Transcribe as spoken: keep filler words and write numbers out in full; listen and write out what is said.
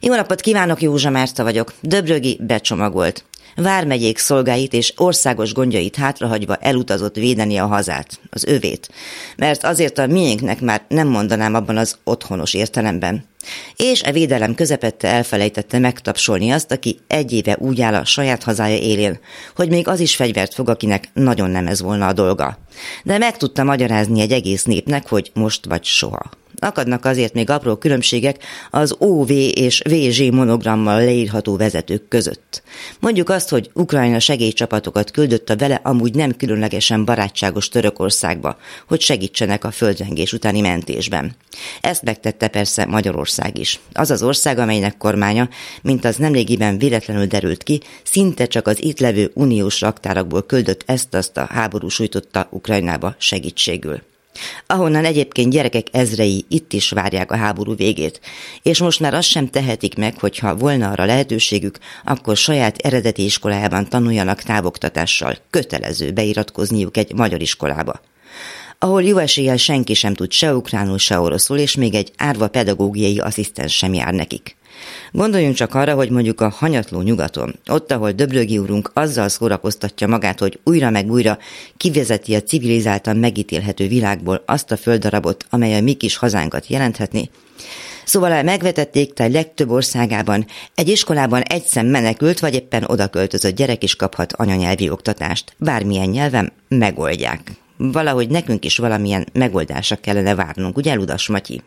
Jó napot kívánok, Józsa Márta vagyok. Döbrögi becsomagolt. Vármegyék szolgáit és országos gondjait hátrahagyva elutazott védeni a hazát, az övét. Mert azért a miénknek már nem mondanám abban az otthonos értelemben. És e védelem közepette elfelejtette megtapsolni azt, aki egy éve úgy áll a saját hazája élén, hogy még az is fegyvert fog, akinek nagyon nem ez volna a dolga. De meg tudta magyarázni egy egész népnek, hogy most vagy soha. Akadnak azért még apró különbségek az ó vé és vé zé monogrammal leírható vezetők között. Mondjuk azt, hogy Ukrajna segélycsapatokat küldött a vele amúgy nem különlegesen barátságos Törökországba, hogy segítsenek a földrengés utáni mentésben. Ezt megtette persze Magyarország is. Az az ország, amelynek kormánya, mint az nemrégiben véletlenül derült ki, szinte csak az itt levő uniós raktárakból küldött ezt-azt a háború sújtotta Ukrajnába segítségül. Ahonnan egyébként gyerekek ezrei itt is várják a háború végét, és most már azt sem tehetik meg, hogyha volna arra lehetőségük, akkor saját eredeti iskolájában tanuljanak távoktatással, kötelező beiratkozniuk egy magyar iskolába, ahol jó eséllyel senki sem tud se ukránul, se oroszul, és még egy árva pedagógiai asszisztens sem jár nekik. Gondoljunk csak arra, hogy mondjuk a hanyatló nyugaton, ott, ahol Döbrögi úrunk azzal szórakoztatja magát, hogy újra meg újra kivezeti a civilizáltan megítélhető világból azt a földdarabot, amely a mi kis hazánkat jelenthetné. Szóval megvetették, tehát legtöbb országában egy iskolában egy szem menekült, vagy éppen oda költözött gyerek is kaphat anyanyelvi oktatást. Bármilyen nyelven megoldják. Valahogy nekünk is valamilyen megoldásra kellene várnunk, ugye, Ludas Matyi?